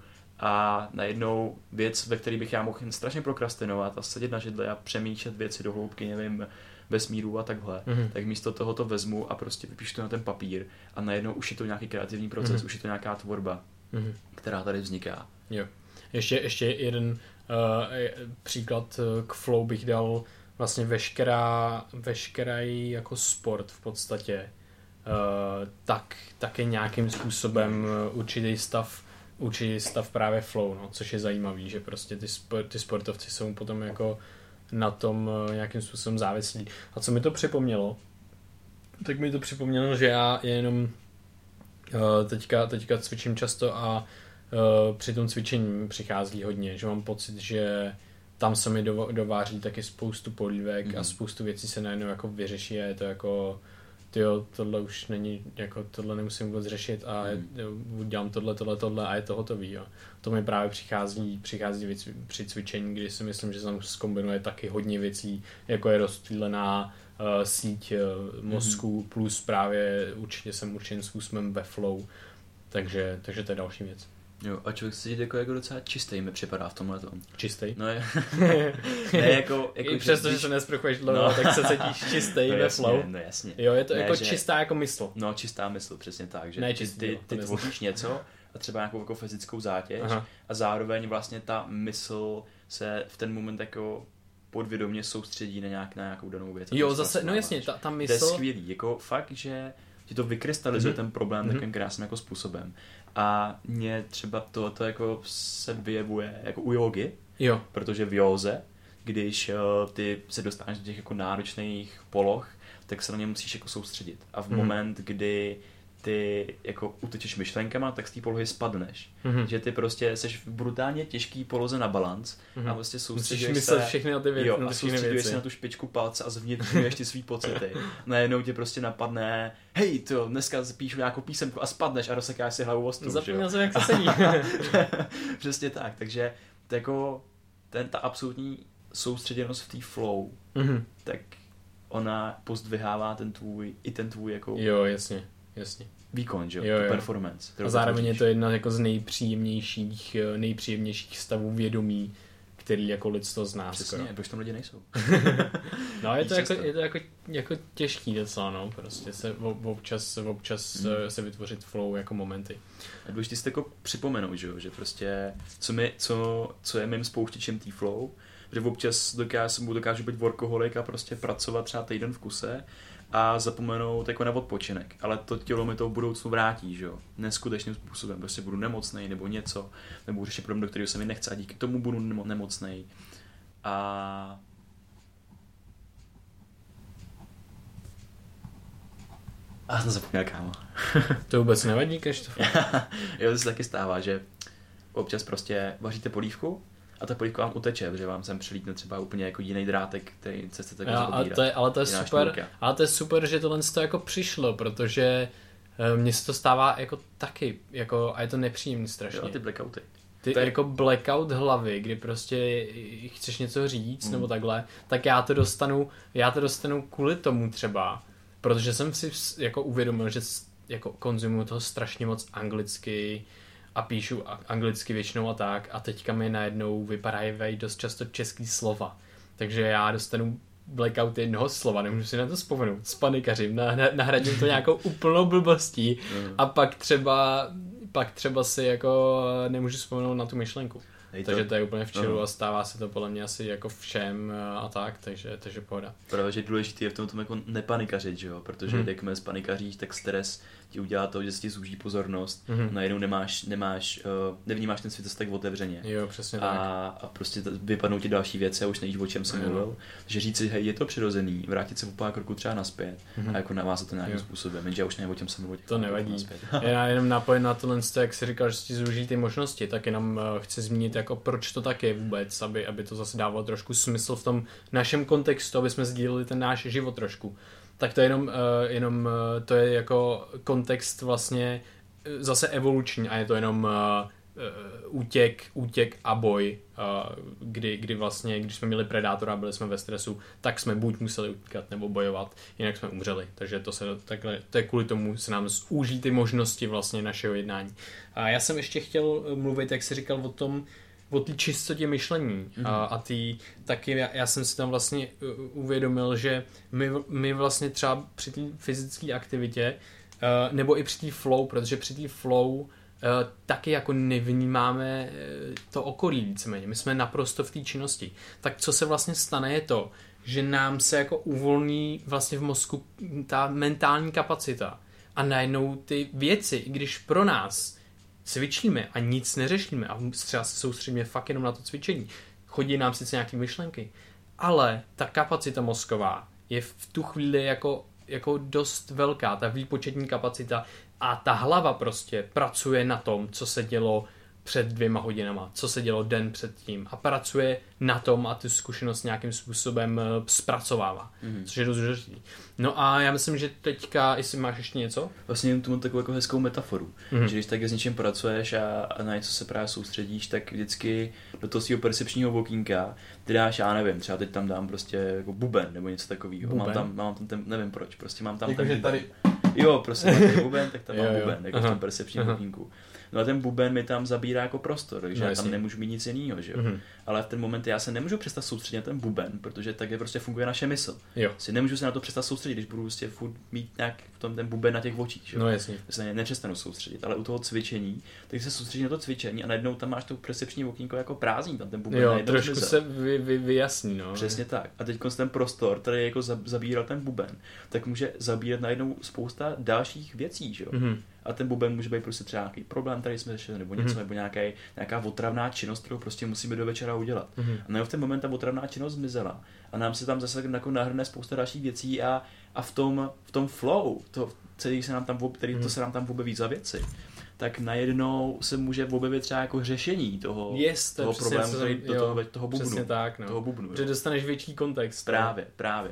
A najednou věc, ve které bych já mohl strašně prokrastinovat a sedět na židli a přemýšlet věci do hloubky, nevím, vesmíru a takhle, mm-hmm. tak místo toho to vezmu a prostě vypíšu to na ten papír a najednou už je to nějaký kreativní proces, mm-hmm. už je to nějaká tvorba, mm-hmm. která tady vzniká. Jo. Ještě, ještě jeden uh, příklad k flow bych dal vlastně veškerá, veškerý jako sport v podstatě, uh, tak, tak je nějakým způsobem určitý stav určitý stav právě flow, no, což je zajímavý, že prostě ty, sport, ty sportovci jsou potom jako na tom nějakým způsobem závislí. A co mi to připomnělo, tak mi to připomnělo, že já jenom uh, teďka, teďka cvičím často a uh, při tom cvičení přichází hodně, že mám pocit, že tam se mi do, dováří taky spoustu polívek mm. a Mhm. spoustu věcí se najednou jako vyřeší a je to jako tyjo, tohle už není, jako tohle nemusím vůbec řešit a Mm. udělám tohle, tohle, tohle a je to hotový, jo. To mi právě přichází, přichází věc, při cvičení, kdy si myslím, že se tam zkombinuje taky hodně věcí, jako je rozptýlená uh, síť uh, mozku mm. plus právě určitě jsem určeným způsobem ve flow, takže, takže to je další věc. Jo, a člověk se jako, jako docela čistý mi připadá v tomhle tom. Čistý? No je. ne, jako, jako I přesto, že se nesprchuješ dlouho, no. tak se cítíš čistý no ve jasně, flow. No jasně. Jo, je to ne, jako že... čistá jako mysl. No, čistá mysl, přesně tak, že ne, ty, čistý, ty, jo, ty tvoříš něco a třeba nějakou jako fyzickou zátěž. Aha. A zároveň vlastně ta mysl se v ten moment jako podvědomě soustředí na, nějak, na nějakou danou věc. Jo, zase, no jasně, ta, ta mysl... To je skvělý, jako fakt, že ti to vykrystalizuje mm-hmm. ten problém mm-hmm. takovým krásným jako způsobem. A mně třeba to, to jako se vyjevuje jako u jógy, jo. protože v józe, když uh, ty se dostaneš do těch jako náročných poloh, tak se na ně musíš jako soustředit. A v mm-hmm. moment, kdy ty jako utečeš myšlenkama, tak z té polohy spadneš. Mm-hmm. Že ty prostě seš v brutálně těžký poloze na balanc mm-hmm. a prostě soustředíš se všechny na ty věci, jo, na a soustředíš se na tu špičku palce a zvnitřňuješ ty svý pocity. Najednou tě prostě napadne, hej, to dneska píšu nějakou písemku a spadneš a rozsekáš si hlavu o stůl. Zapomněl jsem, jak to sedí. Přesně tak, takže to jako ten, ta absolutní soustředěnost v té flow, mm-hmm. tak ona pozdvihává ten tvůj, i ten tvůj jako jo, jasně, jasně. výkon, že jo, jo, jo. performance. A zároveň je to jedna jako z nejpříjemnějších, nejpříjemnějších stavů vědomí, který jako lidstvo zná. Přesně, protože tam lidi nejsou. No je to, jako, je to jako, jako těžký docela, no, prostě se občas, občas mm. se vytvořit flow jako momenty. A důležitý si jako připomenout, že jo, že prostě, co, mi, co, co je mým spouštěčem tý flow, že občas dokážu, dokážu být workoholik a prostě pracovat třeba týden v kuse a zapomenout jako na odpočinek, ale to tělo mi to v budoucnu vrátí, že jo, neskutečným způsobem, prostě budu nemocnej nebo něco, nebo řešit problém, do kterého se mi nechce a díky tomu budu nemocnej a a jsem zapomněl, kámo. To vůbec nevadí, Krištof. Jo, to se taky stává, že občas prostě vaříte polívku a ta polívka vám uteče, protože vám sem přilítne třeba úplně jako jiný drátek, který se chcete jako zabírat. To je, ale to je super, ale to je super, že tohle to jako přišlo, protože mně se to stává jako taky, jako, a je to nepříjemný strašně. Jo, ty blackouty. Ty je... jako blackout hlavy, kdy prostě chceš něco říct mm. nebo takhle, tak já to dostanu, já to dostanu kvůli tomu třeba, protože jsem si jako uvědomil, že jako konzumuju toho strašně moc anglicky a píšu anglicky většinou a tak a teďka mi najednou vypadají dost často český slova. Takže já dostanu blackout jednoho slova, nemůžu si na to vzpomenout, spanikařím, nahradím to nějakou úplnou blbostí a pak třeba, pak třeba si jako nemůžu vzpomenout na tu myšlenku. To... Takže to je úplně v čilu a stává se to podle mě asi jako všem a tak, takže, takže pohoda. Protože důležité je v tom, tom jako nepanikařit, že jo, protože hmm. jakmile spanikaříš, tak stres ti udělá to, že si ti zúží pozornost, hmm. najednou nemáš, nemáš, uh, nevnímáš ten svět tak otevřeně. Jo, přesně a, tak. A prostě t- vypadnou ti další věci a už nevíš, o čem jsem hmm. mluvil. Takže říct si, hej, je to přirozený, vrátit se o pár kroků třeba naspět hmm. a jako navázat to nějakým jo. způsobem, jenže já už nevím, o čem jsem mluvil. To nevadí. Já jenom napojím na tohle, jak jsi říkal, že si zúží ty možnosti, tak jenom uh, chci zmínit, jako proč to tak je vůbec, aby, aby to zase dávalo trošku smysl v tom našem kontextu, aby jsme sdíleli ten náš život trošku. Tak to je jenom, uh, jenom uh, to je jako kontext vlastně uh, zase evoluční a je to jenom uh, uh, útěk, útěk a boj, uh, kdy, kdy vlastně, když jsme měli predátora a byli jsme ve stresu, tak jsme buď museli utíkat nebo bojovat, jinak jsme umřeli. Takže to se takhle, to je kvůli tomu se nám zúží ty možnosti vlastně našeho jednání. A já jsem ještě chtěl mluvit, jak jsi říkal o tom, o té čistotě myšlení mm-hmm. a, a tý, taky já, já jsem si tam vlastně uh, uvědomil, že my, my vlastně třeba při té fyzické aktivitě uh, nebo i při té flow, protože při té flow uh, taky jako nevnímáme uh, to okolí víceméně, my jsme naprosto v té činnosti. Tak co se vlastně stane je to, že nám se jako uvolní vlastně v mozku ta mentální kapacita a najednou ty věci, i když pro nás cvičíme a nic neřešíme a třeba se soustředíme fakt jenom na to cvičení. Chodí nám sice nějaké myšlenky, ale ta kapacita mozková je v tu chvíli jako, jako dost velká, ta výpočetní kapacita a ta hlava prostě pracuje na tom, co se dělo před dvěma hodinama, co se dělo den předtím a pracuje na tom a tu zkušenost nějakým způsobem zpracovává, mm. což je dost důležitý. No a já myslím, že teďka, jestli máš ještě něco? Vlastně jen tu takovou jako hezkou metaforu, mm. že když tak s něčím pracuješ a, a na něco se právě soustředíš, tak vždycky do toho svého percepčního okýnka ty dáš, já nevím, třeba teď tam dám prostě jako buben nebo něco takového. Mám tam, mám tam ten, nevím proč, prostě mám tam jako ten tady... Jo, prostě mám ten buben, tak tam jo, mám jo. buben, jako v tom percepčním okýnku. No a ten buben mi tam zabírá jako prostor, takže no, já tam nemůžu mít nic jiného, že jo. Mm-hmm. Ale v ten moment já se nemůžu přestat soustředit na ten buben, protože tak je prostě funguje naše mysl. Jo. Si nemůžu se na to přestat soustředit, když budu prostě furt mít nějak v tom ten buben na těch očích, že jo. No jasně. Já se ne, nepřestanu soustředit, ale u toho cvičení, tak se soustředí na to cvičení a najednou tam máš to percepční okýnko jako prázdný, tam ten buben jo, najednou trošku zmizel. se vy, vy, vyjasní, no. Přesně tak. A teď ten prostor, který jako zabíral ten buben, tak může zabírat najednou spousta dalších věcí, že jo. Mm-hmm. A ten buben může být prostě třeba nějaký problém, tady jsme řešili, nebo něco, mm-hmm. nebo nějaký, nějaká otravná činnost, kterou prostě musíme do večera udělat. Mm-hmm. A v ten moment ta otravná činnost zmizela. A nám se tam zase jako nahrne spousta dalších věcí a, a v, tom, v tom flow, to, který se nám tam, který, mm-hmm. to se nám tam objeví za věci, tak najednou se může objevit třeba jako řešení toho, yes, to toho problému, jsem, který, do jo, toho, toho bubnu. Přesně tak, no. Toho bubnu, že dostaneš větší kontext. Právě, no. právě.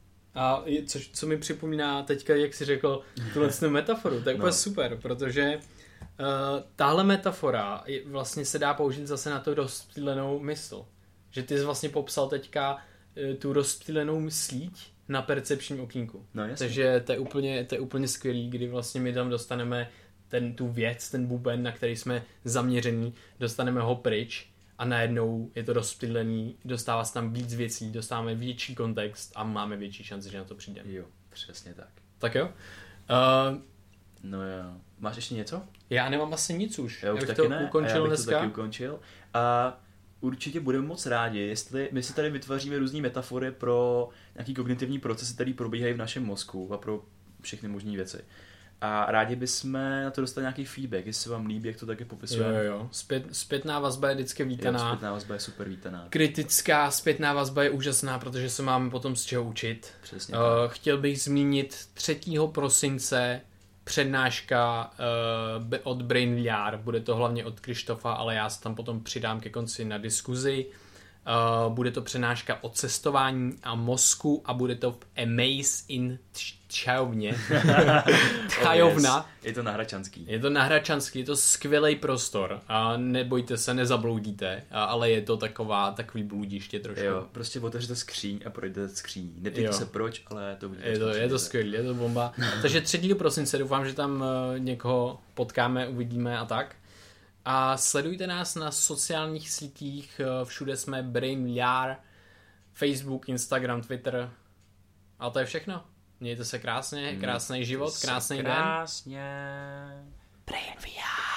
A co, co mi připomíná teďka, jak jsi řekl, tuhle metaforu, to je úplně no. super, protože uh, tahle metafora je, vlastně se dá použít zase na tu rozptýlenou mysl. Že ty jsi vlastně popsal teďka uh, tu rozptýlenou síť na percepčním okýnku. No, takže to je, úplně, to je úplně skvělý, kdy vlastně my tam dostaneme ten, tu věc, ten buben, na který jsme zaměření, dostaneme ho pryč. A najednou je to rozptýlený, dostává se tam víc věcí, dostáváme větší kontext a máme větší šanci, že na to přijdeme. Jo, přesně tak. Tak jo? Uh, no jo. Máš ještě něco? Já nemám asi nic už. Já už já bych taky to ne, ukončil a já bych dneska. to taky ukončil. A určitě budeme moc rádi, jestli my si tady vytvoříme různé metafory pro nějaký kognitivní procesy, které probíhají v našem mozku a pro všechny možné věci. A rádi bychom na to dostali nějaký feedback, jestli se vám líbí, jak to taky popisujeme. Jo, jo. Zpět, zpětná vazba je vždycky vítaná. Jo, zpětná vazba je super vítaná. Kritická zpětná vazba je úžasná, protože se máme potom z čeho učit. Přesně uh, chtěl bych zmínit třetího prosince přednáška uh, od Brain V R. Bude to hlavně od Krištofa, ale já se tam potom přidám ke konci na diskuzi. Uh, bude to přednáška o cestování a mozku a bude to v Amaze in Tchajovně. Tchajovna. Oh yes. Je to na Hračanský. Je to na Hračanský, je to skvělý prostor. A nebojte se, nezabloudíte, a, ale je to taková, takový bludiště trošku. Jo, prostě otevřete skříň a projdete skříň. Neptejte se proč, ale to bude. Je to, je to skvělý, je to bomba. Takže třetího prosince doufám, že tam uh, někoho potkáme, uvidíme a tak. A sledujte nás na sociálních sítích, všude jsme Brain V R, Facebook, Instagram, Twitter. A to je všechno. Mějte se krásně, krásný život, krásný den. Krásně. Brain V R.